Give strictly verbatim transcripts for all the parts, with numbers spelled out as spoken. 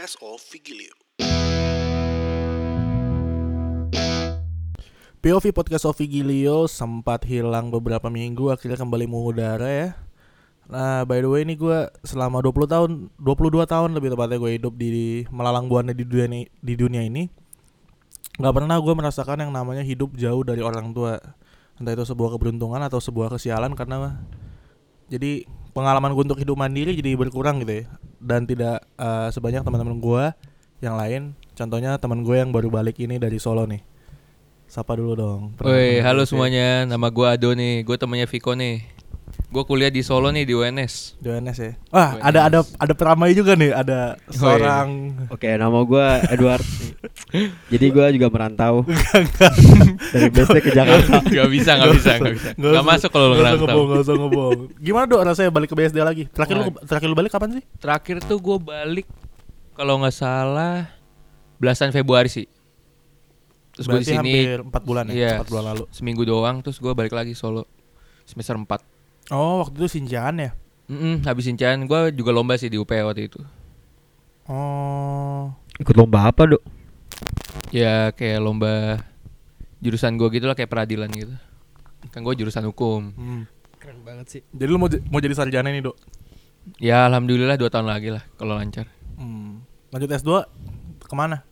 podcast of Vigilio. P O V podcast of Vigilio sempat hilang beberapa minggu, akhirnya kembali mengudara ya. Nah, by the way ini gue selama dua puluh tahun, dua puluh dua tahun lebih tepatnya gue hidup di melalang buana di dunia ini, di dunia ini. Gak pernah gue merasakan yang namanya hidup jauh dari orang tua. Entah itu sebuah keberuntungan atau sebuah kesialan, karena jadi pengalaman gue untuk hidup mandiri jadi berkurang gitu ya. Dan tidak uh, sebanyak teman-teman gue yang lain. Contohnya teman gue yang baru balik ini dari Solo nih. Sapa dulu dong. Woi, halo semuanya. Nama gue Ado nih. Gue temannya Viko nih. Gue kuliah di Solo nih di U N S. Di U N S ya. Wah, U N S. ada ada ada peramai juga nih. Ada seorang. Oke, nama gue Edward. Jadi gue juga merantau dari B S D ke Jakarta. Gak bisa, gak bisa, gak bisa. Gak, gak masuk kalau lu ngerantau. Gak usah ngebohong. Gimana dok rasanya balik ke B S D lagi? Terakhir lu terakhir lu balik kapan sih? Terakhir tuh gue balik kalau nggak salah belasan Februari sih. Terus gue di sini hampir empat bulan ya, iya, empat bulan lalu. Seminggu doang, terus gue balik lagi Solo semester empat. Oh, waktu itu Sinjaan ya? Mm-mm, habis Sinjaan, gue juga lomba sih di U P H waktu itu. Oh. Ikut lomba apa, Dok? Ya kayak lomba jurusan gue gitu lah, kayak peradilan gitu. Kan gue jurusan hukum. Hmm. Keren banget sih. Jadi lu mau j- mau jadi sarjana nih, Dok? Ya alhamdulillah dua tahun lagi lah kalau lancar. Hmm. Lanjut S dua kemana?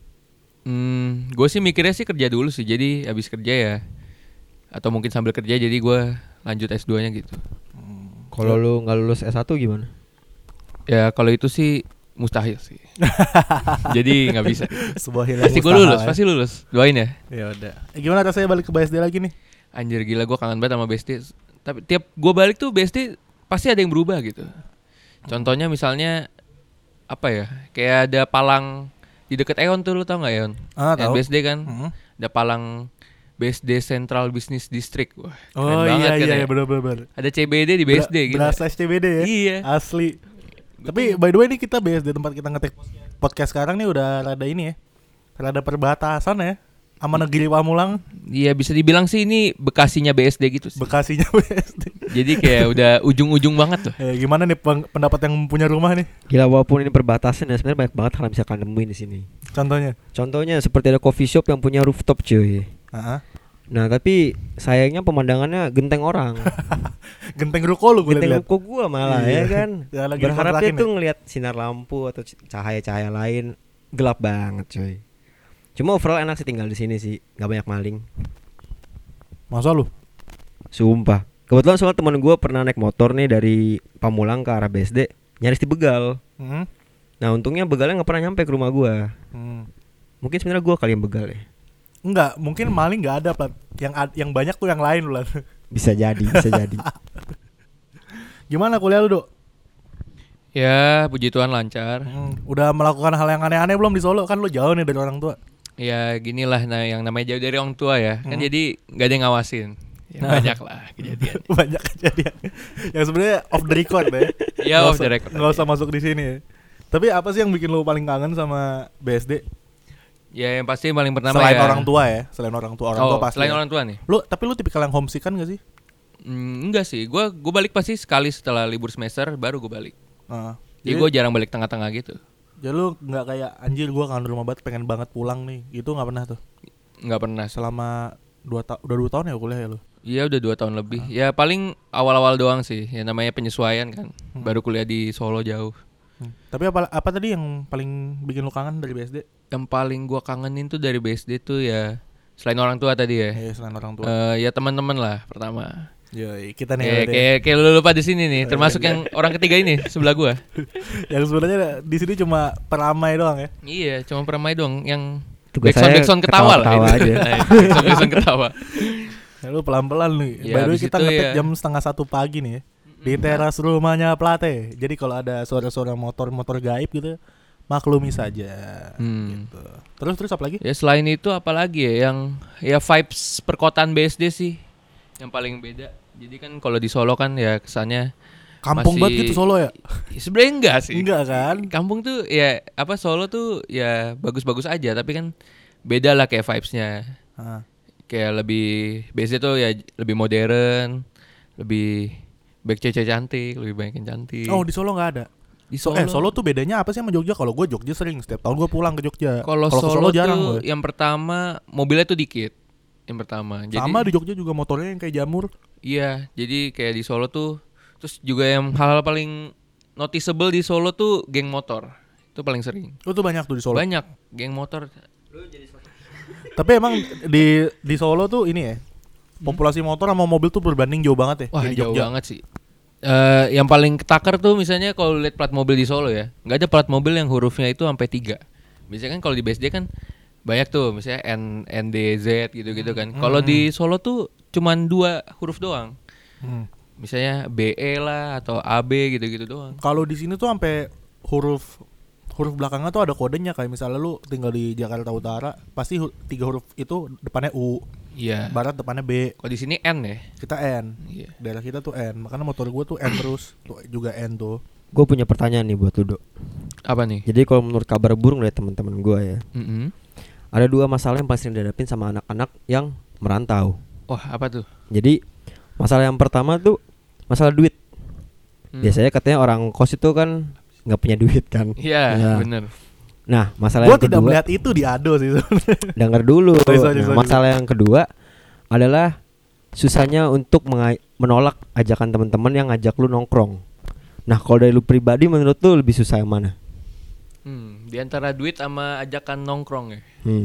Hmm, gue sih mikirnya sih kerja dulu sih. Jadi habis kerja ya, atau mungkin sambil kerja jadi gue lanjut S dua-nya gitu. Hmm. Kalau lu nggak lulus S satu gimana? Ya kalau itu sih mustahil sih. Jadi nggak bisa. Sebuah hal yang Pasti gue mustahil lulus, ya. pasti lulus. Doain ya. Ya udah. Eh, gimana rasanya balik ke B S D lagi nih? Anjir gila, gue kangen banget sama B S D. Tapi tiap gue balik tuh B S D pasti ada yang berubah gitu. Contohnya misalnya apa ya? Kayak ada palang di deket Eon tuh, lu tau nggak Eon? Ah, Yang tahu. B S D kan. Hmm. Ada palang B S D Central Business District. Wah, keren Oh banget iya kan iya, ya. iya benar benar. Ada C B D di B S D gitu. Berasa S C B D ya. Iya. Asli. Tapi by the way nih kita B S D tempat kita ngetek podcast sekarang nih udah rada ini ya. Rada perbatasan ya sama negeri Pamulang, Iya bisa dibilang sih ini Bekasinya B S D gitu sih. Bekasinya B S D. Jadi kayak udah ujung-ujung banget tuh. Eh, gimana nih peng- pendapat yang punya rumah nih? Gila, walaupun ini perbatasan ya, sebenarnya banyak banget hal yang bisa kalian nemuin di sini. Contohnya? Contohnya seperti ada coffee shop yang punya rooftop, cuy. Heeh. Nah, tapi sayangnya pemandangannya genteng orang. Genteng ruko lu gue Genteng lihat. ruko gua malah Iya. ya kan. Ya, lagi Berharapnya dikontrakin tuh ya? ngelihat sinar lampu atau c- cahaya-cahaya lain, gelap banget, cuy. Cuma overall enak sih tinggal di sini sih, nggak banyak maling. Masa lu? Sumpah. Kebetulan soal teman gue pernah naik motor nih dari Pamulang ke arah B S D, nyaris dibegal. Hmm. Nah untungnya begalnya nggak pernah nyampe ke rumah gue. Hmm. Mungkin sebenarnya gue kali yang begal ya. Enggak, mungkin maling enggak ada, Plat. Yang ad- yang banyak tuh yang lain lu. Bisa jadi, bisa jadi. Gimana kuliah lu, Dok? Ya puji Tuhan lancar. Hmm. Udah melakukan hal yang aneh-aneh belum di Solo? Kan lu jauh nih dari orang tua. Ya ginilah nah yang namanya jauh dari orang tua ya. Kan Hmm. jadi gak ada yang ngawasin. Ya, Nah. banyak lah kejadian. Banyak kejadian yang sebenarnya off the record ya. Ya, Nggak off the usah- record. Nggak usah masuk di sini ya. Tapi apa sih yang bikin lu paling kangen sama B S D? Ya yang pasti paling pertama Selain ya. orang tua ya, selain orang tua, orang oh, tua pasti. selain ya. orang tua nih. Lu tapi lu tipikal yang homesick kan gak sih? Hmm, enggak sih. Gue gue balik pasti sekali setelah libur semester baru gue balik. Nah, Jadi gue jarang balik tengah-tengah gitu. jadi lu nggak kayak anjir gua kangen rumah banget, pengen banget pulang nih. Gitu nggak pernah tuh. Nggak pernah. Selama dua ta- udah dua tahun ya kuliah ya lu. Iya udah dua tahun lebih. Ya paling awal-awal doang sih. Ya namanya penyesuaian kan. Hmm. Baru kuliah di Solo jauh. Hmm. Tapi apa apa tadi yang paling bikin lu kangen dari B S D? Yang paling gua kangenin tuh dari B S D tuh ya selain orang tua tadi ya. Eh selain orang tua. Eh, ya teman-teman lah pertama. Yoi, kita nih Kayak berarti. kayak kayak lu lupa di sini nih, termasuk yang orang ketiga ini sebelah gua. Yang sebenarnya di sini cuma peramai doang ya. Iya, cuma peramai doang yang Tugas backsound saya backsound ketawa lah. ketawa-ketawa itu. aja. Nah, itu, backsound backsound ketawa. Ya, lu pelan-pelan nih. Ya, By the way abis kita itu ngetek ya. jam setengah satu pagi nih ya. Di teras rumahnya Plate. Jadi kalau ada suara-suara motor-motor gaib gitu, maklumi saja. Hmm. Gitu. Terus terus apa lagi? Ya selain itu apalagi ya yang ya vibes perkotaan B S D sih yang paling beda. Jadi kan kalau di Solo kan ya kesannya Kampung masih- banget gitu Solo ya? ya sebenarnya enggak sih. Enggak kan? Kampung tuh ya apa Solo tuh ya bagus-bagus aja tapi kan beda lah kayak vibes-nya. Ah. Kayak lebih B S D tuh ya lebih modern, lebih baik cewek cantik, lebih banyak yang cantik. Oh di Solo nggak ada? Di So, Solo. eh Solo tuh bedanya apa sih sama Jogja? Kalau gue Jogja sering setiap tahun gue pulang ke Jogja. Kalau ke Solo, jarang tuh gue. yang pertama mobilnya tuh dikit. Yang pertama. Jadi, Sama di Jogja juga motornya yang kayak jamur. iya, jadi kayak di Solo tuh terus juga yang hal-hal paling noticeable di Solo tuh geng motor. Itu paling sering. Itu tuh banyak tuh di Solo. Banyak geng motor. Tapi emang di di Solo tuh ini ya. Populasi motor sama mobil tuh berbanding jauh banget ya. Wah, kayak di jauh Jogja. banget sih. Eh, yang paling ketakar tuh misalnya kalau lihat plat mobil di Solo ya, nggak ada plat mobil yang hurufnya itu sampai tiga. Biasanya kan kalau di B S D kan banyak tuh, misalnya N N D Z gitu-gitu kan. Kalau di Solo tuh cuman dua huruf doang. Hmm. Misalnya B E lah atau A B gitu-gitu doang. Kalau di sini tuh sampai huruf huruf belakangnya tuh ada kodenya, kayak misalnya lu tinggal di Jakarta Utara, pasti hu- tiga huruf itu depannya U, Iya. barat depannya B, Kalau di sini N ya. kita N. Iya. Daerah kita tuh N, makanya motor gue tuh N terus, tuh juga N tuh. Gue punya pertanyaan nih buat lu, Dok. Apa nih? Jadi kalau menurut kabar burung dari teman-teman gue ya, Mm-mm. ada dua masalah yang paling sering dihadapin sama anak-anak yang merantau. Wah, apa tuh? Jadi masalah yang pertama tuh masalah duit. Hmm. Biasanya katanya orang kos itu kan nggak punya duit kan. Iya, Ya. bener. Nah masalah Gue yang tidak kedua, melihat itu di Ado sih sebenarnya. dengar dulu. Sorry, sorry, Nah, sorry. masalah yang kedua adalah susahnya untuk menga- menolak ajakan teman-teman yang ngajak lu nongkrong. Nah kalau dari lu pribadi menurut lu lebih susah yang mana? Hmm, di antara duit sama ajakan nongkrong ya. Hmm.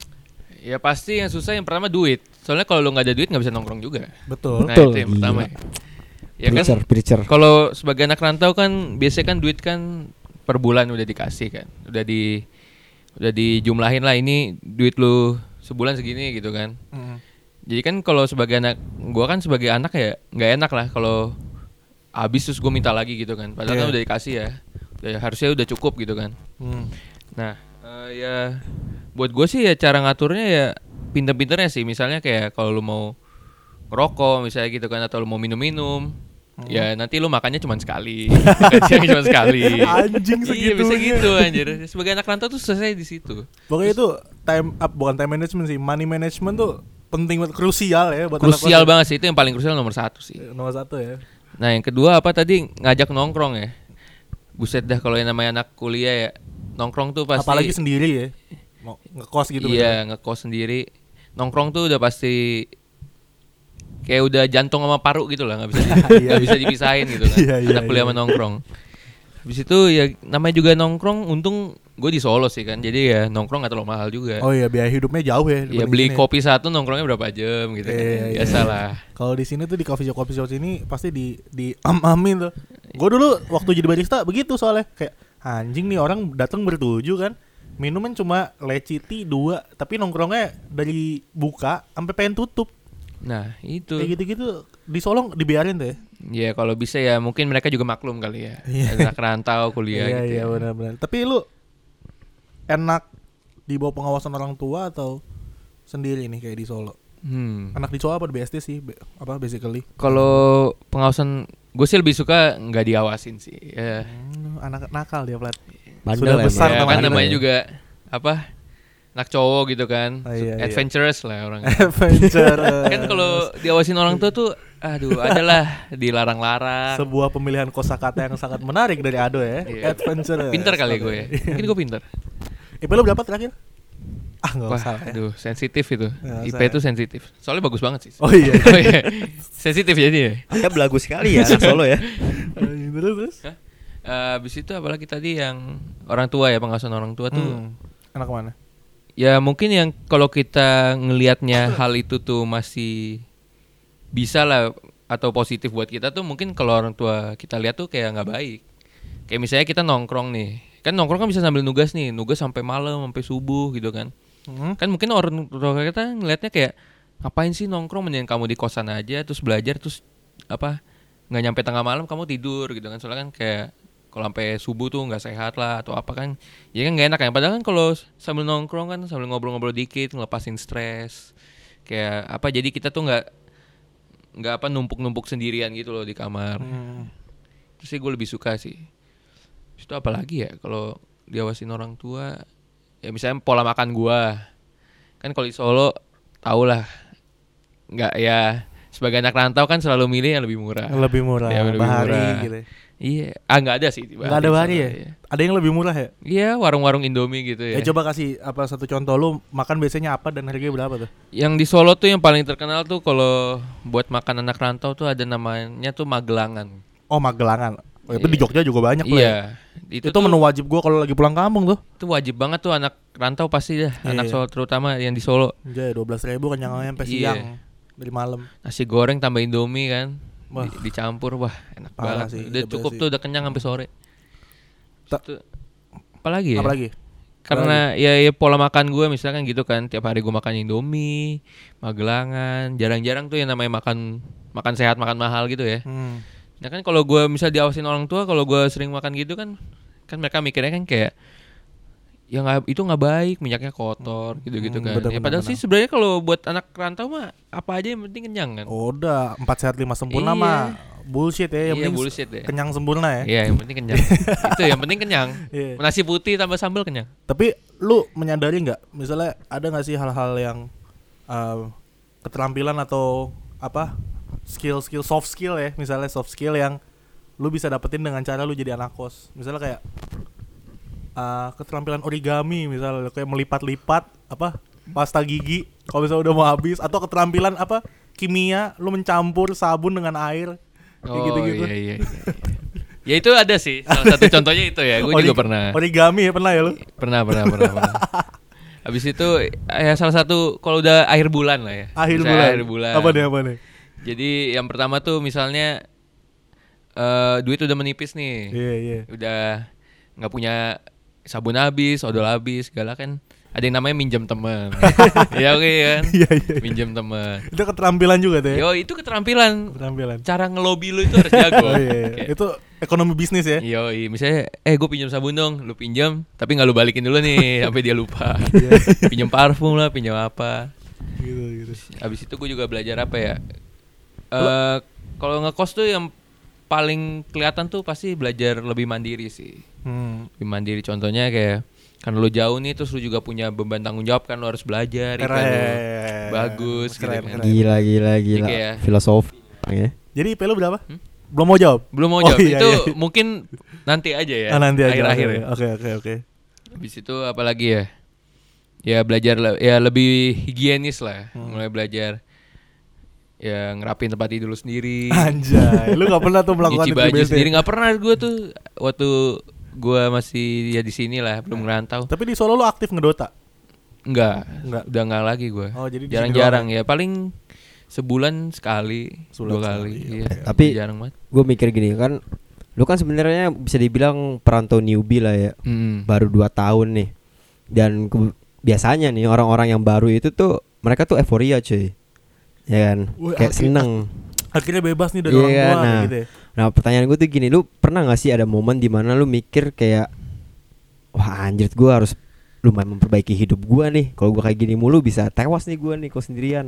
Ya pasti yang susah yang pertama duit. Soalnya kalau lu nggak ada duit nggak bisa nongkrong juga. Betul. Nah, Betul, itu yang gila. pertama ya. Ya kan preacher, preacher. kalau sebagai anak rantau kan biasanya kan duit kan per bulan udah dikasih kan. Udah di udah dijumlahin lah, ini duit lu sebulan segini gitu kan. Mm. Jadi kan kalau sebagai anak, gua kan sebagai anak ya nggak enak lah kalau habis terus gua minta lagi gitu kan. Padahal Iya. kan udah dikasih ya. Udah, harusnya udah cukup gitu kan. Hmm. Nah, eh, ya buat gue sih ya cara ngaturnya ya pinter-pinternya sih. Misalnya kayak kalau lu mau ngerokok misalnya gitu kan, atau lu mau minum-minum, ya nanti lu makannya cuma sekali, gajinya cuma sekali. Anjing Iya bisa segitunya. gitu anjir. Sebagai anak rantau tuh selesai di situ. Pokoknya itu time up, bukan time management sih, money management tuh penting banget, krusial ya buat Krusial anak banget sih, itu yang paling krusial nomor satu sih. kos. Nomor satu ya. Nah yang kedua apa tadi, ngajak nongkrong ya. Buset dah kalau yang namanya anak kuliah ya, nongkrong tuh pasti. Apalagi sendiri ya, mau ngekos gitu. Iya ngekos sendiri, nongkrong tuh udah pasti kayak udah jantung sama paru gitu lah, nggak bisa di- Iya, nggak bisa iya. dipisahin gitu kan. Iya, iya, Anak kuliah iya. sama nongkrong. Habis itu ya namanya juga nongkrong, untung gue di Solo sih kan, jadi ya nongkrong nggak terlalu mahal juga. Oh iya, biaya hidupnya jauh ya. Ya dibanding beli sini. kopi satu nongkrongnya berapa jam gitu kan. Iya, iya, Biasa iya. lah. Kalau di sini tuh di coffee shop coffee shop sini pasti di di am-amin tuh. Gue dulu waktu jadi barista begitu soalnya, kayak anjing nih orang datang bertujuh kan, minuman cuma leciti dua, tapi nongkrongnya dari buka sampai pengen tutup. Nah itu. Kayak gitu-gitu di Solo dibiarin tuh ya. Ya kalau bisa ya mungkin mereka juga maklum kali ya. Iya. Anak rantau kuliah Iya gitu iya ya. benar-benar. Tapi lu enak di bawah pengawasan orang tua atau sendiri nih kayak di Solo? Hmm. Anak di Solo apa di B S D sih? Be- apa basically? Kalau pengawasan gue sih lebih suka nggak diawasin sih. Ya. Hmm, anak nakal dia plat. Bandel Sudah emang. besar Ya, namanya. kan namanya juga apa? Anak cowok gitu kan. Oh, iya, iya. Adventurous lah orangnya. Adventure. Kan kalau diawasin orang tua tuh aduh adalah dilarang-larang. Sebuah pemilihan kosakata yang sangat menarik dari Ado ya. Iya. Adventure. Pinter kali gue ya. Mungkin gue pinter. I P lu berapa terakhir? Ah enggak Wah, usah ya. aduh sensitif itu. Nggak I P usah itu sensitif. Soalnya bagus banget sih. Oh iya. Oh iya. Sensitif jadi ya. Anda belagu sekali ya anak Solo ya. terus terus. Hah? Eh, Abis itu apalagi tadi yang orang tua ya, pengawasan orang tua tuh. Hmm. Anak mana? Ya mungkin yang kalau kita ngelihatnya hal itu tuh masih bisa lah atau positif buat kita tuh, mungkin kalau orang tua kita lihat tuh kayak nggak baik. Kayak misalnya kita nongkrong nih, kan nongkrong kan bisa sambil nugas nih, nugas sampai malam sampai subuh gitu kan. Hmm? Kan mungkin orang tua kita ngelihatnya kayak ngapain sih nongkrong, mending kamu di kosan aja terus belajar, terus apa nggak nyampe tengah malam kamu tidur gitu kan. Soalnya kan kayak kalau sampai subuh tuh nggak sehat lah atau apa kan, ya kan nggak enak kan. Padahal kan kalau sambil nongkrong kan sambil ngobrol-ngobrol dikit ngelepasin stres kayak apa, jadi kita tuh nggak nggak apa numpuk-numpuk sendirian gitu loh di kamar. Hmm. Terus sih gue lebih suka sih. Terus itu apa lagi ya kalau diawasin orang tua, ya misalnya pola makan gua kan kalau di Solo tau lah, nggak ya sebagai anak rantau kan selalu milih yang lebih murah. Lebih murah, Ya, lebih Bahari murah. gitu. Iya, ah nggak ada sih. Enggak ada Bahari ya? Iya. Ada yang lebih murah ya? Iya, warung-warung Indomie gitu ya. Eh coba kasih apa satu contoh lu makan biasanya apa dan harganya berapa tuh? Yang di Solo tuh yang paling terkenal tuh kalau buat makan anak rantau tuh ada namanya tuh Magelangan. Oh, Magelangan. Oh, itu Iya. di Jogja juga banyak loh. Ya. Iya. Itu, Itu, tuh menu wajib gua kalau lagi pulang kampung tuh. itu wajib banget tuh anak rantau pasti dah, Iya. anak Solo terutama yang di Solo. Jadi dua belas ribu kenyangnya sampai Iya. siang dari malam. Nasi goreng tambah Indomie kan. Wah. Di- dicampur wah enak Parah banget. sih, Udah the best cukup sih. tuh udah kenyang sampai sore. Ta- Itu- apalagi ya? Apalagi? Karena ya, ya pola makan gue misalkan gitu kan, tiap hari gue makan Indomie, Magelangan, jarang-jarang tuh yang namanya makan makan sehat, makan mahal gitu ya. Hmm. Nah kan kalau gue misal diawasin orang tua, kalau gue sering makan gitu kan, kan mereka mikirnya kan kayak ya nggak, itu nggak baik, minyaknya kotor gitu-gitu Hmm, kan. benar, Ya benar, padahal benar. sih sebenarnya kalau buat anak rantau mah apa aja yang penting kenyang kan. Oh, udah empat sehat lima sempurna Iya. mah bullshit ya, yang Iya penting bullshit deh. kenyang sempurna ya. Iya yang penting kenyang. Itu yang penting kenyang. Iya. Nasi putih tambah sambal kenyang. Tapi lu menyadari nggak, misalnya ada nggak sih hal-hal yang uh, keterampilan atau apa skill-skill soft skill ya, misalnya soft skill yang lu bisa dapetin dengan cara lu jadi anak kos, misalnya kayak uh, keterampilan origami, misalnya kayak melipat-lipat apa pasta gigi kalau misalnya udah mau habis, atau keterampilan apa kimia, lu mencampur sabun dengan air kayak Oh gitu-gitu. iya iya. iya. Ya itu ada sih. Salah satu contohnya itu ya. Gue juga Ori- pernah. Origami ya pernah ya lu? Pernah pernah pernah. pernah. Habis itu ya salah satu kalau udah akhir bulan lah ya. Akhir Misalnya bulan. Akhir bulan. Apa nih apa nih? Jadi yang pertama tuh misalnya eh duit udah menipis nih. Iya iya. Udah nggak punya sabun habis, odol habis, segala kan. Ada yang namanya minjem teman. Ya oke kan. Iya iya. Minjem teman. Itu keterampilan juga tuh ya. Yo itu keterampilan. Keterampilan. Cara ngelobi lu itu harus jago. Oh iya, iya. Kayak, Itu ekonomi bisnis ya. Yo, misalnya, eh gue pinjam sabun dong, lu pinjam, tapi nggak lu balikin dulu nih, sampai dia lupa. Iya. Pinjam parfum lah, pinjam apa. Gitu gitu. Abis itu gue juga belajar apa ya? Eh, kalau ngekos tuh yang paling kelihatan tuh pasti belajar lebih mandiri sih. Hmm. Lebih mandiri. Contohnya kayak, kan lu jauh nih, terus lu juga punya beban tanggung jawab kan, lu harus belajar. Keren. Ikan lu bagus gitu Keren, kan. keren. Gila gila gila. kayak- Filosofi ya. Jadi I P lu berapa? Hmm? Belum mau jawab? Belum mau Oh, jawab, iya, itu iya. mungkin nanti aja ya. Ah, nanti aja. Akhir-akhir Oke, ya. Oke oke oke. Habis itu apa lagi ya? Ya belajar le- ya lebih higienis lah. Hmm. Mulai belajar ya ngerapin tempat tidur lu sendiri. Anjay, lu gak pernah tuh melakukan Nyuci itu baju biasa ya? sendiri nggak pernah gue tuh waktu gue masih ya di sini lah, belum ngerantau. Tapi di Solo lu aktif ngedota? Enggak, Enggak. udah enggak lagi gue. Oh, jadi di sini Jarang-jarang ya, paling sebulan sekali, Sebulan dua sekali, kali. oke. Iya, Tapi- jarang banget. Gue mikir gini kan, lu kan sebenarnya bisa dibilang perantau newbie lah ya, Mm. baru dua tahun nih. Dan ke- biasanya nih orang-orang yang baru itu tuh mereka tuh euforia cuy, ya kan, Wih, kayak akhir- seneng. Akhirnya bebas nih dari Iya, orang tua nah. gitu ya. Nah pertanyaan gue tuh gini, lu pernah gak sih ada momen dimana lu mikir kayak, wah anjir gue harus lumayan memperbaiki hidup gue nih, kalau gue kayak gini mulu bisa tewas nih gue nih kalau sendirian.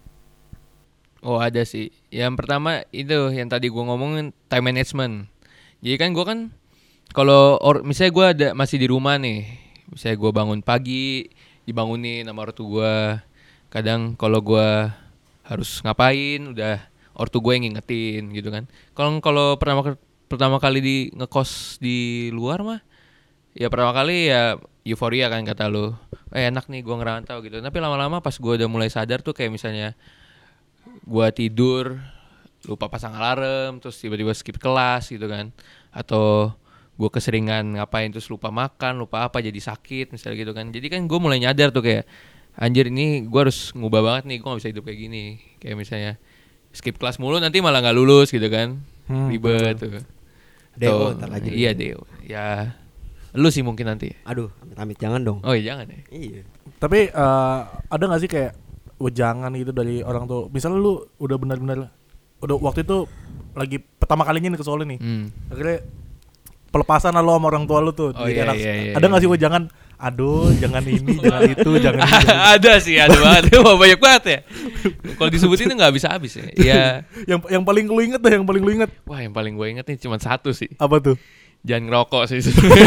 Oh ada sih. Yang pertama itu yang tadi gue ngomongin time management. Jadi kan gue kan kalau or, misalnya gue ada masih di rumah nih, misalnya gue bangun pagi dibangunin sama ortu gue. Kadang kalau gue harus ngapain, udah ortu gue yang ngingetin gitu kan. Kalau kalau pertama pertama kali di ngekos di luar mah, ya pertama kali ya euforia kan kata lu. Eh enak nih gue ngerantau gitu. Tapi lama-lama pas gue udah mulai sadar tuh kayak misalnya gua tidur lupa pasang alarm terus tiba-tiba skip kelas gitu kan, atau gua keseringan ngapain terus lupa makan, lupa apa, jadi sakit misalnya gitu kan. Jadi kan gua mulai nyadar tuh kayak anjir ini gua harus ngubah banget nih, gua gak bisa hidup kayak gini. Kayak misalnya skip kelas mulu nanti malah gak lulus gitu kan. Hmm, Ribet tuh. D O Atau- ntar lagi. Iya D O. Ya lu sih mungkin nanti. Aduh amit-amit jangan dong. Oh iya jangan ya. Iya. Tapi eh, ada gak sih kayak wejangan gitu dari orang tua? Misalnya lu udah benar-benar udah waktu itu lagi pertama kalinya nih ke Solo nih. Hmm. Akhirnya pelepasan lo sama orang tua lu tuh. Oh, Jadi iya, anak, iya, iya, ada iya. gak sih wejangan? Aduh, jangan ini, jangan itu, jangan ini. jangan- Ada sih, ada banget. Wah, banyak banget ya. Kalau disebutin nggak bisa habis ya. Ya, yang yang paling lu inget deh, yang paling lu inget wah yang paling gue inget nih cuma satu sih. apa tuh? Jangan ngerokok sih sebenarnya.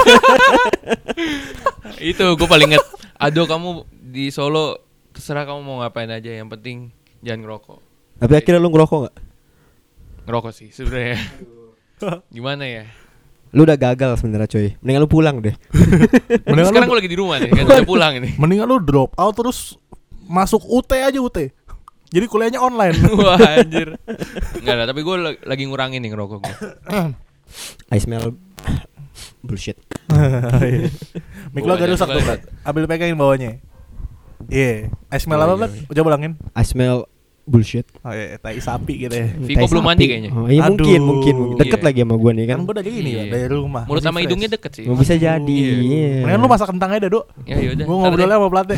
Itu gue paling inget. Aduh kamu di Solo terserah kamu mau ngapain aja, yang penting jangan ngerokok. Tapi akhirnya lu ngerokok gak? Ngerokok sih sebenarnya. Gimana ya? Lu udah gagal sebenarnya coy. Mendingan lu pulang deh. Mendingan Sekarang lu, gue lagi di rumah nih, kan udah pulang ini. mendingan lu drop out terus masuk U T aja U T. Jadi kuliahnya online. Wah anjir. Enggak lah, tapi gue lagi ngurangin nih ngerokok gue. I smell bullshit. Mik lu agak rusak tuh, Plat. Ambil pegangin bawahnya. Iya, yeah. I smell Oh, apa, iya, Plat? iya. Coba ulangin. I smell bullshit. Oh iya, tai sapi gitu ya. Viko Tai belum sapi. mandi kayaknya. Oh, iya Aduh. mungkin, mungkin, mungkin. Deket Iya. lagi sama gua nih kan. Kan gua dari ini Iya. ya, dari rumah. Mulut masih sama fresh. hidungnya deket sih. Oh, bisa jadi. Iya. Iya. Mendingan lu masak kentangnya dah, Dok. Ya yaudah. Gua ntar ngobrolnya deh. sama Plate.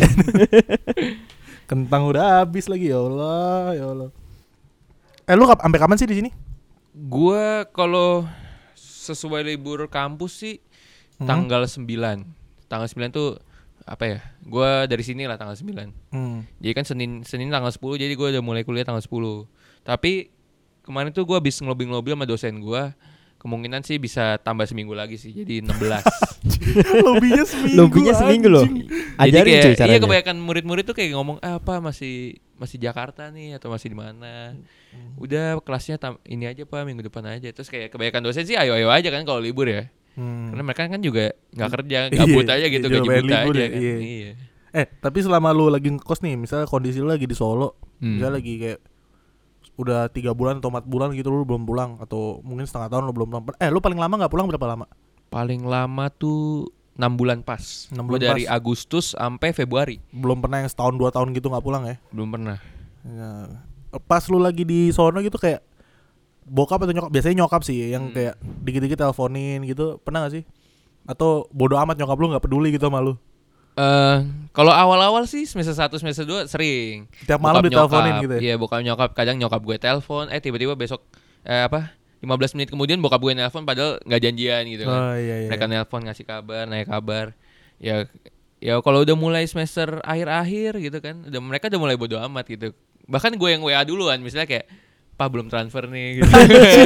Kentang udah habis lagi, ya Allah, ya Allah. Eh lu kap- sampai kapan sih di sini? Gua kalau sesuai libur kampus sih Hmm. tanggal sembilan. Tanggal sembilan tuh apa ya? Gua dari sini lah tanggal sembilan. Hmm. Jadi kan Senin Senin tanggal sepuluh, jadi gua udah mulai kuliah tanggal sepuluh. Tapi kemarin tuh gua habis ngelobi-ngelobi sama dosen gua. Kemungkinan sih bisa tambah seminggu lagi sih, jadi enam belas. Lobinya seminggu. Lobinya seminggu loh. anjing. Jadi Ajarin kayak, cuy iya caranya. kebanyakan murid-murid tuh kayak ngomong ah, apa masih masih Jakarta nih atau masih di mana. Udah kelasnya tam- ini aja Pak, minggu depan aja. Terus kayak kebanyakan dosen sih ayo-ayo aja kan kalau libur ya. Hmm. Karena mereka kan juga nggak kerja, gabut Iya, aja gitu, iya, gaji main buta libur aja ya, kan. iya. Iya. Eh, tapi selama lu lagi ngekos nih, misalnya kondisi lu lagi di Solo, Hmm. misalnya lagi kayak udah tiga bulan atau empat bulan gitu lu belum pulang, atau mungkin setengah tahun lu belum pulang. Eh, lu paling lama nggak pulang berapa lama? Paling lama tuh enam bulan pas. enam Gua bulan dari pas. Agustus sampai Februari. Belum pernah yang setahun dua tahun gitu nggak pulang ya? Belum pernah. Ya. Pas lu lagi di sono gitu kayak bokap atau nyokap, biasanya nyokap sih yang Hmm. kayak dikit-dikit teleponin gitu, pernah gak sih? Atau bodo amat nyokap lu nggak peduli gitu sama lu? Eh, kalau awal-awal sih semester satu semester dua sering. Tiap malam Bokap diteleponin nyokap. gitu ya? Iya, bokap nyokap, kadang nyokap gue telepon, eh tiba-tiba besok eh apa? lima belas menit kemudian bokap gue nelpon padahal nggak janjian gitu kan. Oh iya iya. Mereka nelpon ngasih kabar, nanya kabar. Ya ya kalau udah mulai semester akhir-akhir gitu kan, udah mereka udah mulai bodo amat gitu. Bahkan gue yang W A duluan, misalnya kayak Pak belum transfer nih gitu.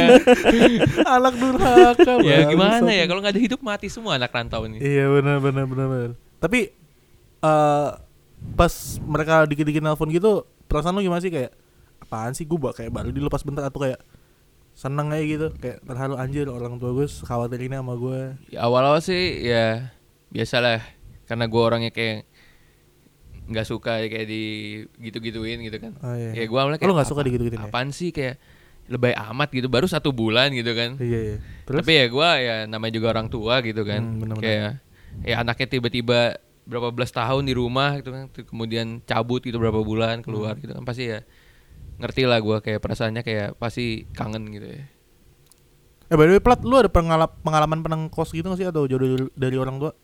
Anak durhaka. Ya bangsat. gimana ya, kalau nggak ada hidup mati semua anak rantau ini. Iya benar benar benar benar. Tapi eh pas mereka dikit-dikit nelpon gitu, perasaan lu gimana sih, kayak apaan sih, gue bak kayak baru dilepas bentar, atau kayak seneng aja gitu, kayak terharu anjir orang tua gue khawatir ini sama gue. Ya, awal-awal sih ya biasalah, karena gue orangnya kayak nggak suka kayak di gitu-gituin gitu kan. Oh, iya. Ya gue awalnya kayak Lu nggak suka apa- digitu-gituin ya? apaan sih, kayak lebay amat gitu, baru satu bulan gitu kan. Iya iya. Terus Tapi ya gue ya namanya juga orang tua gitu kan. Hmm, bener-bener. Kayak ya anaknya tiba-tiba berapa belas tahun di rumah gitu kan, terus kemudian cabut gitu berapa bulan keluar Hmm. gitu kan, pasti ya ngerti lah gue kayak perasaannya kayak pasti kangen gitu ya. eh by the way Plat, lu ada pengala- pengalaman pernah kos gitu gak sih, atau jauh dari, dari orang tua?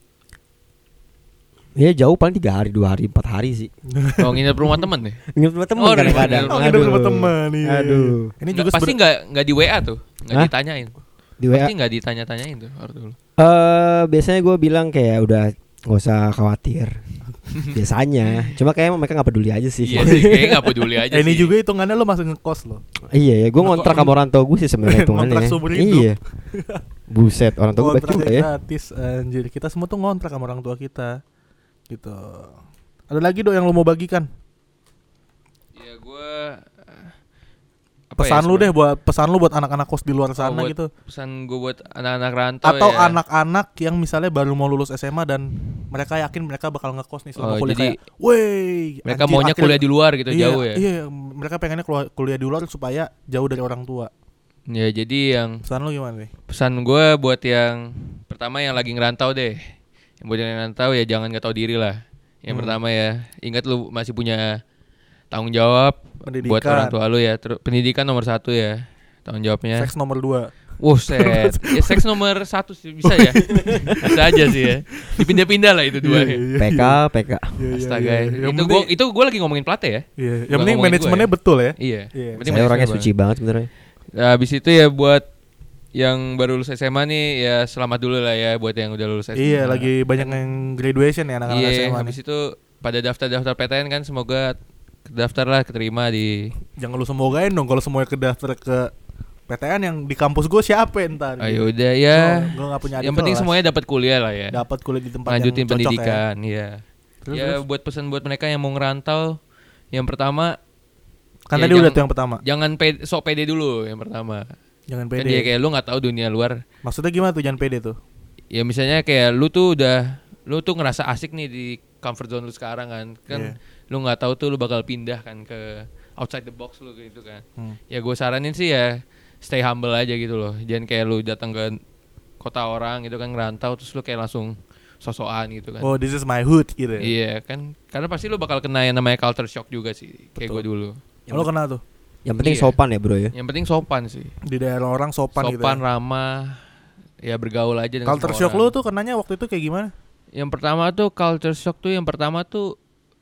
Ya jauh paling tiga hari, dua hari, empat hari sih. Oh nginep rumah temen nih? Nginep sama temen Oh, kadang-kadang. nginep- Oh, nginep sama temen, iya. Aduh. Ini Nggak, juga pasti sebener- nggak nggak di W A tuh, nggak Hah? ditanyain. Di W A. Pasti nggak ditanya-tanyain tuh harus dulu. Eh biasanya gue bilang kayak udah nggak usah khawatir. Biasanya. Cuma kayak mereka nggak peduli aja sih. Iya sih, kayaknya nggak peduli aja Eh, ini sih. juga hitungannya lu masih ngekos loh. Iya ya, gue ngontrak sama orang tua gue sih sebenarnya hitungannya. Ngontrak seumur hidup. Iya. Buset, orang tua gue baik Kontraknya juga ya. gratis anjir. Kita semua tuh ngontrak sama orang tua kita. Gitu. Ada lagi dong yang lu mau bagikan? Ya gue Pesan lu deh buat pesan lu buat anak-anak kos di luar sana buat gitu. Pesan gue buat anak-anak rantau Atau ya. anak-anak yang misalnya baru mau lulus S M A dan mereka yakin mereka bakal ngekos nih selama Oh, kuliah, jadi kayak, "Wey, mereka anjir, maunya akhirnya- kuliah di luar gitu, iya, jauh ya. Iya, mereka pengennya keluar, kuliah di luar supaya jauh dari orang tua. Ya jadi yang Pesan lu gimana nih? pesan gue buat yang pertama yang lagi ngerantau deh. Yang buat yang ngerantau ya jangan nggak tahu diri lah. Yang Hmm. pertama ya, ingat lu masih punya tanggung jawab Pendidikan. buat orang tua lu ya. Terus pendidikan nomor satu ya, tanggung jawabnya. Seks nomor dua. Wow, set. Ya seks nomor satu sih bisa ya. Bisa aja sih ya. Dipindah-pindah lah itu dua. Iya, ya. iya, P K, P K. iya, iya, Astaga. iya. Yang Itu penting- gua itu gua lagi ngomongin plate ya. Iya, yang Bukan penting ngomongin manajemennya gue ya. betul ya. Iya. Iya. Penting Saya orangnya manajemennya suci banget sebenarnya. Nah, habis itu ya buat yang baru lulus S M A nih ya selamat dulu lah ya buat yang udah lulus S M A. Iya, lagi banyak yang graduation ya anak-anak S Iya, M A. habis nih. itu pada daftar-daftar P T N kan semoga daftar lah keterima di. Jangan lu semogain dong kalau semuanya kedaftar ke P T N yang di kampus gue siapa entar. Ayo udah ya. Gue gak punya adik Yang penting kelas. semuanya dapat kuliah lah ya. dapat kuliah di tempat Lanjutin yang cocok pendidikan, ya. Terus, Ya terus? buat pesan buat mereka yang mau ngerantau, yang pertama Kan Ya, tadi jangan- udah tuh yang pertama. Jangan pede, sok pede dulu yang pertama. Jangan Kan pede. dia kayak lu nggak tahu dunia luar. Maksudnya gimana tuh jangan pede tuh? Ya misalnya kayak lu tuh udah lu tuh ngerasa asik nih di comfort zone lu sekarang kan. Kan Iya. lu nggak tahu tuh lu bakal pindah kan ke outside the box lu gitu kan. Hmm. Ya gue saranin sih ya stay humble aja gitu loh. Jangan kayak lu datang ke kota orang gitu kan ngerantau terus lu kayak langsung sosokan gitu kan. Oh, this is my hood gitu ya. Iya kan karena pasti lu bakal kena yang namanya culture shock juga sih kayak Betul. gue dulu. Lo kena tuh Yang penting Iya. sopan ya bro ya. Yang penting sopan sih. di daerah orang sopan, Sopan, gitu. Ya. ramah, ya bergaul aja dengan Culture semua shock orang. lu tuh kenanya waktu itu kayak gimana? Yang pertama tuh culture shock tuh yang pertama tuh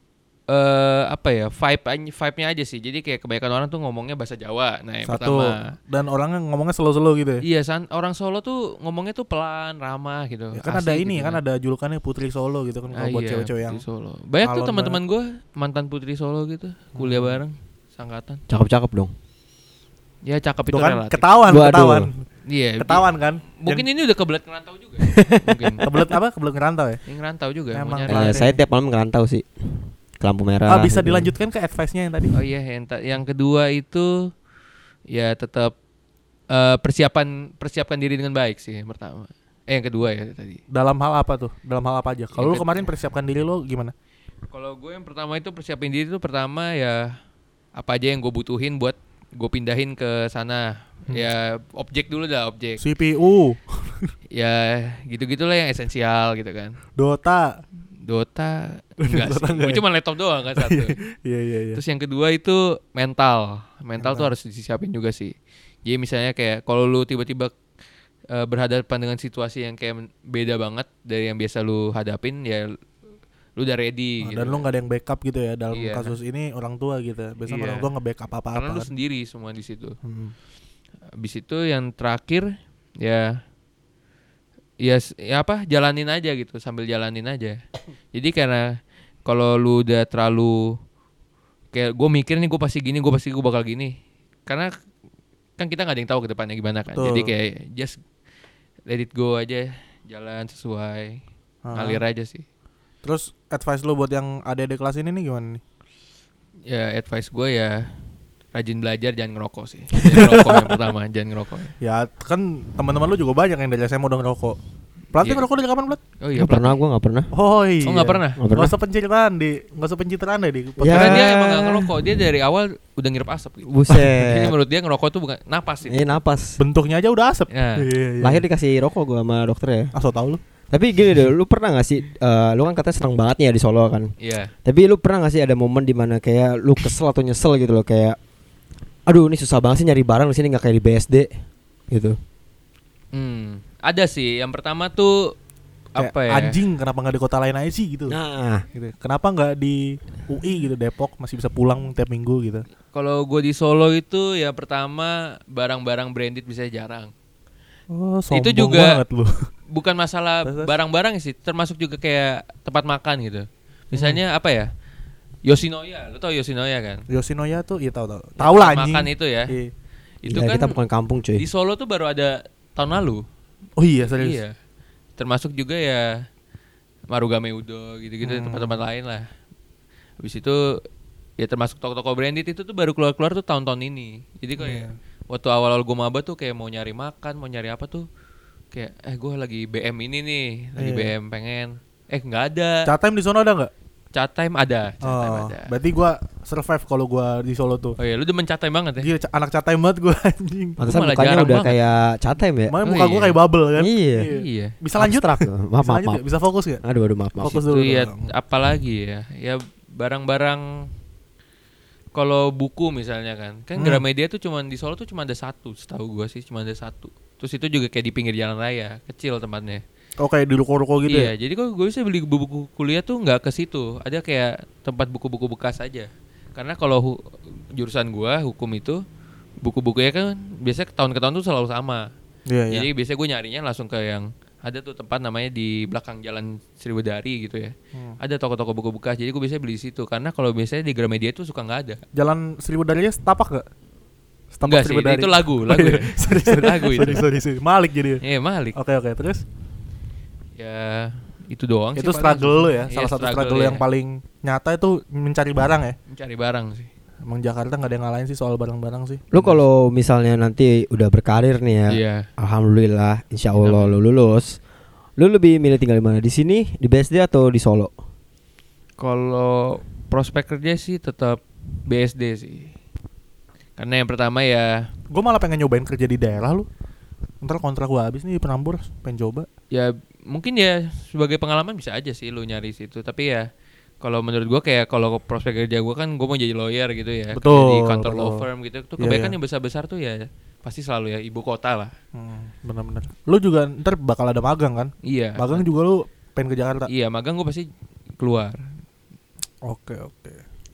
eh apa ya vibe vibe-nya aja sih. Jadi kayak kebanyakan orang tuh ngomongnya bahasa Jawa. Nah yang Satu. pertama. Dan orangnya ngomongnya slow-slow gitu ya. Iya san orang Solo tuh ngomongnya tuh pelan, ramah gitu. Ya, kan asik ada ini gitu kan ada julukannya Putri Solo gitu kan Ah, kalau buat iya, cewek-cewek yang Putri Solo. Banyak tuh alon teman-teman gue mantan Putri Solo gitu, kuliah Hmm. bareng, sangkatan. Cakep-cakep dong. Ya cakep itu tuh kan relatif. ketahuan, Waduh. ketahuan. Iya. Ketahuan kan? Mungkin Yang ini udah kebelet ngerantau juga. Mungkin. kebelet apa? Kebelet ngerantau ya? Yang ngerantau juga. mau Emang nyari. Nah, Eh, saya tiap malam ngerantau sih. Ke lampu merah. Ah, bisa gitu. dilanjutkan ke advice-nya yang tadi. Oh iya, yang, ta- yang kedua itu ya tetap eh, persiapan persiapkan diri dengan baik sih yang pertama. Eh yang kedua ya tadi. Dalam hal apa tuh? Dalam hal apa aja? Kalau lu Yang kemarin persiapkan diri lu gimana? Kalau gue yang pertama itu persiapin diri itu pertama ya apa aja yang gue butuhin buat gue pindahin ke sana. Hmm. Ya objek dulu dah objek. C P U, Ya gitu-gitulah yang esensial gitu kan. Dota. Dota enggak Dota sih. enggak Gue ya? cuma laptop doang kan satu. Iya iya iya. Terus yang kedua itu mental. Mental tuh Mental. harus disiapin juga sih. Jadi misalnya kayak kalau lu tiba-tiba eh, berhadapan dengan situasi yang kayak men- beda banget dari yang biasa lu hadapin ya lu udah ready Nah, gitu. dan lu nggak ada yang backup gitu ya dalam Iya. kasus ini orang tua gitu. Biasanya Iya. orang tua nge-backup Karena apa-apa lu kan. sendiri semua di situ. Hmm. Habis itu yang terakhir ya ya s- ya apa jalanin aja gitu sambil jalanin aja. Jadi karena kalau lu udah terlalu kayak gue mikir nih gue pasti gini gue pasti gue bakal gini karena kan kita nggak ada yang tahu ke depannya gimana kan. Betul. Jadi kayak just let it go aja jalan sesuai Ah. ngalir aja sih. Terus advice lu buat yang adik-adik kelas ini nih gimana nih? Ya advice gue ya rajin belajar jangan ngerokok sih. Jangan ngerokok yang pertama jangan ngerokok. Ya kan teman-teman lu juga banyak yang dari S M A udah ngerokok. Pelatih Iya. ngerokok dari kapan, Plat? Oh iya Gak pernah, gue gak pernah. Oh iya. Oh nggak pernah. Gak pernah. Nggak usah pencitraan di, nggak usah pencitraan deh di. Ya. Karena dia emang gak ngerokok dia dari awal udah ngirep asap gitu. Jadi Buset. menurut dia ngerokok tuh bukan napas sih. Ini napas. Bentuknya aja udah asap. Ya. Iya, iya. Lahir dikasih rokok gue sama dokter ya. Ah, so tau lu. Tapi gini deh, lu pernah gak sih, eh, lu kan katanya senang banget nih ya di Solo kan. Iya. Tapi lu pernah gak sih ada momen dimana kayak lu kesel atau nyesel gitu loh, kayak aduh ini susah banget sih nyari barang di sini nggak kayak di B S D gitu. Hmm, ada sih. Yang pertama tuh Kayak apa ya? anjing kenapa nggak di kota lain aja sih gitu. Nah, Gitu. Kenapa nggak di U I gitu Depok masih bisa pulang tiap minggu gitu. Kalau gue di Solo itu ya pertama barang-barang branded bisa jarang. Oh, Itu juga- banget lu. Bukan masalah Terus, terus? barang-barang sih, termasuk juga kayak tempat makan gitu. Misalnya apa ya? Yoshinoya, lu tau Yoshinoya kan? Yoshinoya tuh iya tahu tahu. Yang Tahu lah tempat anjing. Makan itu ya. Iya. Itu gila, kan kita bukan kampung cuy. di Solo tuh baru ada tahun lalu. Oh iya serius. Iya. Termasuk juga ya Marugame Udo gitu-gitu Hmm. tempat-tempat lain lah. Habis itu ya termasuk toko-toko branded itu tuh baru keluar-keluar tuh tahun-tahun ini. Jadi kayak Iya. waktu awal-awal gue maba tuh kayak mau nyari makan, mau nyari apa tuh kayak eh gue lagi B M ini nih, lagi Iya. B M pengen. Eh nggak ada. Chat time di sono ada nggak? Chat time ada, chat time Oh, ada. berarti gua survive kalau gua di Solo tuh. Oh iya, lu demen chat time banget ya? Gila, ca- anak chat time banget gua anjing. Pantesan malah mukanya jarang udah banget. kayak catem ya. Makanya Oh muka gua iya. kayak bubble kan. Iya. Iya. Bisa lanjut? Abstrak tuh. Maaf, Bisa maaf, lanjut maaf. nggak? Bisa fokus gak? Aduh, aduh, maaf, maaf. Fokus Itu dulu. ya dong. apalagi ya? Ya barang-barang kalau buku misalnya kan. Kan Hmm. Gramedia tuh cuman di Solo tuh cuma ada satu, setahu gua sih cuma ada satu. Terus itu juga kayak di pinggir jalan raya, kecil tempatnya. Oh kayak di ruko-ruko gitu Iya, ya? jadi kok gue bisa beli buku kuliah tuh nggak ke situ. Ada kayak tempat buku-buku bekas aja. Karena kalau hu- jurusan gua hukum itu buku-bukunya kan biasanya tahun ke tahun tuh selalu sama. Iya iya. Jadi biasanya gue nyarinya langsung ke yang ada tuh tempat namanya di belakang jalan Sriwedari gitu ya. Hmm. Ada toko-toko buku bekas. Jadi gue biasanya beli di situ. Karena kalau biasanya di Gramedia tuh suka nggak ada. Jalan Seribu Darinya setapak gak? Setapak Enggak sih, Seribu Dari. itu lagu, lagu Oh, ya. iya. sorry, sorry, Lagu itu. sorry, sorry, sorry. Malik jadi. Iya, Malik. Oke oke terus Ya itu doang sih itu paling. struggle lu ya, Iya, salah satu struggle ya. yang paling nyata itu mencari barang ya. mencari barang sih. Emang Jakarta nggak ada yang ngalahin sih soal barang-barang sih. Lu kalau misalnya nanti udah berkarir nih ya, Iya. alhamdulillah, insya Allah lu lulus. Lu lebih milih tinggal di mana? Di sini, di B S D atau di Solo? Kalau prospek kerja sih tetap B S D sih. Karena yang pertama ya Gue malah pengen nyobain kerja di daerah lu. Ntar kontrak gue habis nih di Penambur, pengen coba. ya mungkin ya sebagai pengalaman bisa aja sih lu nyari situ. Tapi ya kalau menurut gua kayak kalau prospek kerja gua kan gua mau jadi lawyer gitu ya. Betul, Kerja di kantor betul. law firm gitu. Tuh Iya, kebanyakan iya. yang besar-besar tuh ya pasti selalu ya ibu kota lah. Hmm, bener-bener. Lu juga ntar bakal ada magang kan? Iya. Magang juga lu pengen ke Jakarta. Iya, magang gua pasti keluar. Oke oke.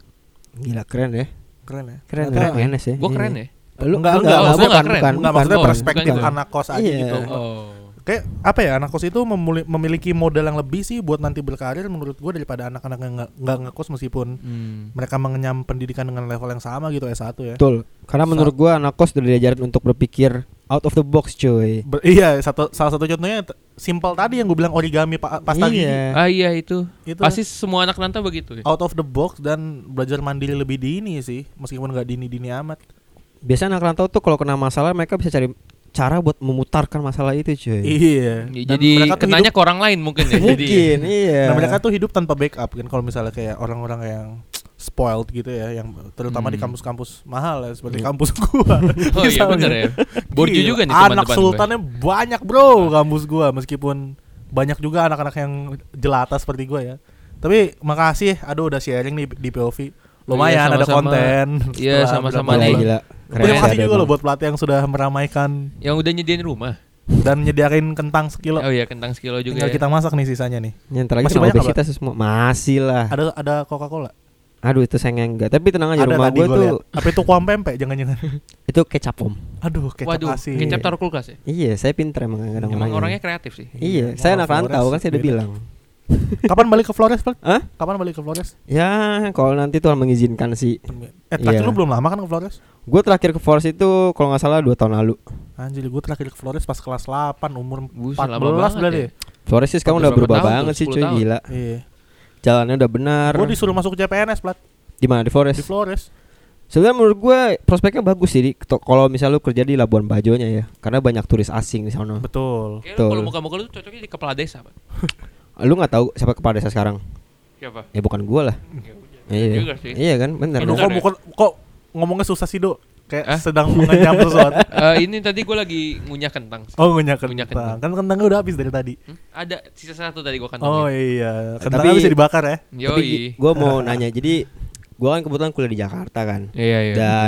Gila keren ya. Keren ya. Keren Ternyata- ya P N S ya. Gua Iya. keren ya. Lu Enggak, enggak, enggak, oh, gua bukan, enggak keren. bukan, Enggak, bukan. maksudnya Oh, perspektif bukan gitu. anak kos aja Iya. gitu. Oh. Kayak apa ya, anak kos itu memuli- memiliki modal yang lebih sih buat nanti berkarir menurut gue daripada anak-anak yang nggak nggak ngekos meskipun Hmm. mereka mengenyam pendidikan dengan level yang sama gitu S satu ya. Betul. Karena menurut gua anak kos udah diajarin untuk berpikir out of the box, cuy. Ber- iya, satu salah satu contohnya t- simpel tadi yang gue bilang origami pa- pasta gigi. Iya. Ah iya itu. Itu Pasti semua anak rantau begitu ya. out of the box dan belajar mandiri lebih dini sih meskipun nggak dini-dini amat. Biasa anak rantau tuh kalau kena masalah mereka bisa cari cara buat memutarkan masalah itu, cuy. Iya. Ya, Dan jadi mereka tuh kenanya hidup, ke orang lain mungkin ya. Jadi Mungkin, iya. dan mereka tuh hidup tanpa backup kan kalau misalnya kayak orang-orang yang spoiled gitu ya, yang terutama di Hmm. kampus-kampus mahal ya seperti Iya. kampus gua. Oh iya Misalnya. bener ya. Borju Gila, juga nih anak teman-teman gue. sultannya banyak bro kampus gua, meskipun banyak juga anak-anak yang jelata seperti gua ya. Tapi makasih, aduh udah sharing nih di P O V. Lumayan Iya, ada sama-sama. konten. Iya, setelah sama-sama berapa nih. bulan. Gila. Keren Terima sih kasih ada juga loh emang. buat pelatih yang sudah meramaikan Yang udah nyediain rumah. dan menyediain kentang sekilo. Oh iya kentang sekilo juga Tinggal ya. kita masak nih sisanya nih. Yang terakhir Masih sama banyak obesitas semua. Masih lah. Ada ada Coca-Cola. Aduh itu saya enggak. Tapi tenang aja, Ada rumah tadi gue gua tuh liat. Apa itu kuam pempek jangan-jangan. itu kecap, Om. Aduh, kecap Waduh, asin. kecap taruh kulkas ya. Iya, saya pinter emang kadang Emang orangnya kreatif sih. Iya, Iya, saya mau anak rantau Flores kan saya udah beda. bilang. Kapan balik ke Flores, Pak? Hah? Kapan balik ke Flores? Ya, kalau nanti Tuhan mengizinkan sih. Eh, terakhir Iya. lu belum lama kan ke Flores? Gue terakhir ke Force itu kalau nggak salah dua tahun lalu. Anjir, gue terakhir ke Flores pas kelas delapan, umur Buset, empat lama belas banget berarti. ya. Ya? Flores sih sekarang Udah udah berubah berapa tahun banget tuh? sih, sepuluh cuy, tahun. gila. Iya. Jalannya udah benar. Gue disuruh masuk C P N S, Plat, Di mana? Di Forest. di Flores. Sebenarnya menurut gue prospeknya bagus sih. Di- to- Kalau misal lu kerja di Labuan Bajonya ya, karena banyak turis asing di sana. Betul. Kayaknya lu Betul. kalau muka-muka lu tuh cocoknya di kepala desa, Pak. Lu nggak tahu siapa kepala desa sekarang? Siapa? Ya bukan gue lah. Iya. juga sih. Iya kan, bener. Aduh, Bener kok, ya? kok, kok ngomongnya susah sih, Do? Kayak Hah? sedang mengenyam sesuatu. Eh, ini tadi gue lagi ngunyah kentang. Oh, ngunyah Ngunyah kentang. kentang. Kan kentangnya udah habis dari tadi. Hmm? Ada sisa satu tadi gue Oh kantongin. iya, Tapi- kentangnya bisa dibakar ya. Yoi. gue mau nanya, jadi gue kan kebetulan kuliah di Jakarta kan, Iya iya. dan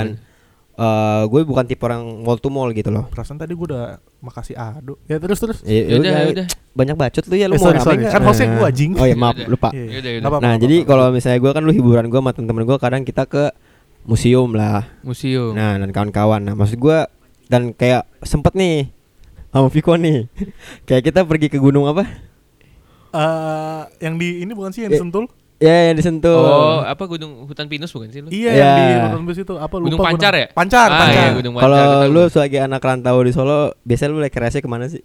eh gue bukan tipe orang mall to mall gitu loh. Perasaan tadi gue udah makasih ado. Ya terus terus. Ya, Yaudah, udah, yaudah. banyak bacot lu ya, lu Eh, mau sorry, rame sorry. nggak? Kan hostnya gua, anjing. Oh ya maaf, Yaudah. lupa. Iya. Yaudah, Nggak yaudah. apa-apa, Nah nggak jadi apa-apa. kalau misalnya gue kan lu hiburan gue sama temen-temen gue, kadang kita ke museum lah. Museum. Nah dan kawan-kawan. Nah maksud gue, dan kayak sempet nih sama Viko nih, kayak kita pergi ke gunung apa? Eh, yang di ini bukan sih yang di Eh, Sentul? Ya yang disentuh. Oh, apa gunung hutan pinus bukan sih lu? Iya, Ya. yang di Hutan Bus itu apa lupa Gunung gua Pancar nama- ya? Pancar, Ah, Pancar. iya, Gunung Pancar. Kalau ketemu. lu sebagai anak rantau di Solo, biasanya lu rekreasi kemana sih?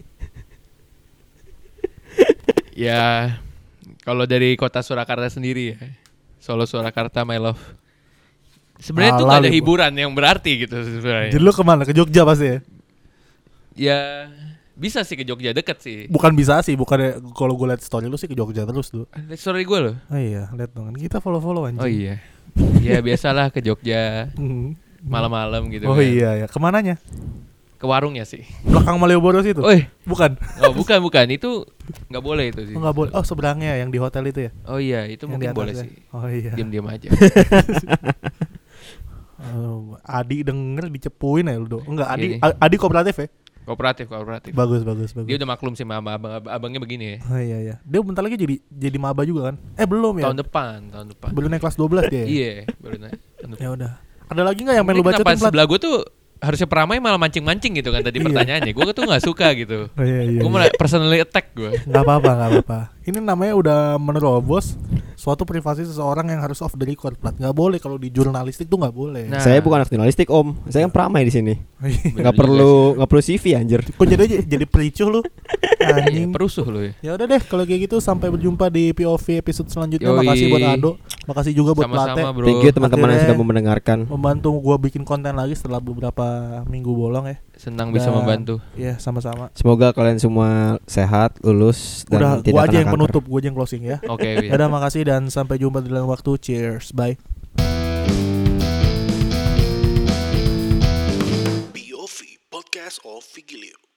Ya, kalau dari kota Surakarta sendiri ya, Solo Surakarta my love. Sebenarnya tuh Alah, gak ada lu. hiburan yang berarti gitu sebenarnya. Jadi lu kemana? Ke Jogja pasti ya? Ya bisa sih ke Jogja, deket sih. Bukan bisa sih, bukan kalau gue liat story lu sih ke Jogja terus tuh. Lihat story gue loh. Oh iya, lihat dong. Kita follow-follow anjing. Oh iya. Ya biasalah ke Jogja Hmm. malam-malam gitu. Oh kan. iya ya. Kemananya? Ke warungnya sih. Belakang Malioboro situ? Oi, Bukan. oh bukan bukan itu nggak boleh itu sih. Oh, nggak boleh. Oh, seberangnya yang di hotel itu ya? Oh iya, itu Yang di mungkin boleh atas ya? sih. Oh iya. Diam-diam aja. Oh, Adi denger dicepuin ya lu, Do. Enggak, Adi Gini. A- Adi kooperatif ya? Kooperatif, kooperatif. Bagus, bagus, bagus. Dia udah maklum sih sama abang, abang- abangnya begini ya. Oh iya iya. Dia bentar lagi jadi jadi maba juga kan? Eh belum ya? Tahun depan, tahun depan. Baru naik kelas dua belas dia. ya? Iya, baru naik. tahun depan. Ya udah. Ada lagi enggak yang pengen lu Ini kenapa bacotin, Plat? sebelah gue tuh harusnya peramai malah mancing-mancing gitu kan tadi Iya. pertanyaannya. Gue tuh nggak suka gitu. Oh, iya iya. Gue malah personally attack gue. Enggak apa-apa, enggak apa-apa. Ini namanya udah menerobos suatu privasi seseorang yang harus off the record, Plat. Enggak boleh kalau di jurnalistik tuh enggak boleh. Nah. Saya bukan anak jurnalistik, Om. Saya kan peramai di sini. Bener Nggak juga perlu nggak perlu C V anjir. Kok jadi jadi pericuh lu? Anjing. Perusuh lu ya. Ya udah deh kalau kayak gitu sampai berjumpa di P O V episode selanjutnya. Yoi. Makasih buat Ado, makasih juga buat Plate. Sama-sama bro. Thank you teman-teman yang Akhirnya sudah mau mendengarkan. Membantu gua bikin konten lagi setelah beberapa minggu bolong ya. Senang bisa Dan- membantu. Ya sama-sama. Semoga kalian semua sehat, lulus dan Udah tidak gua aja kena yang kanker. penutup, gua aja yang closing ya. Oke. Ya udah makasih dan sampai jumpa di lain waktu. Cheers. Bye. P O V Podcast of Vigilio.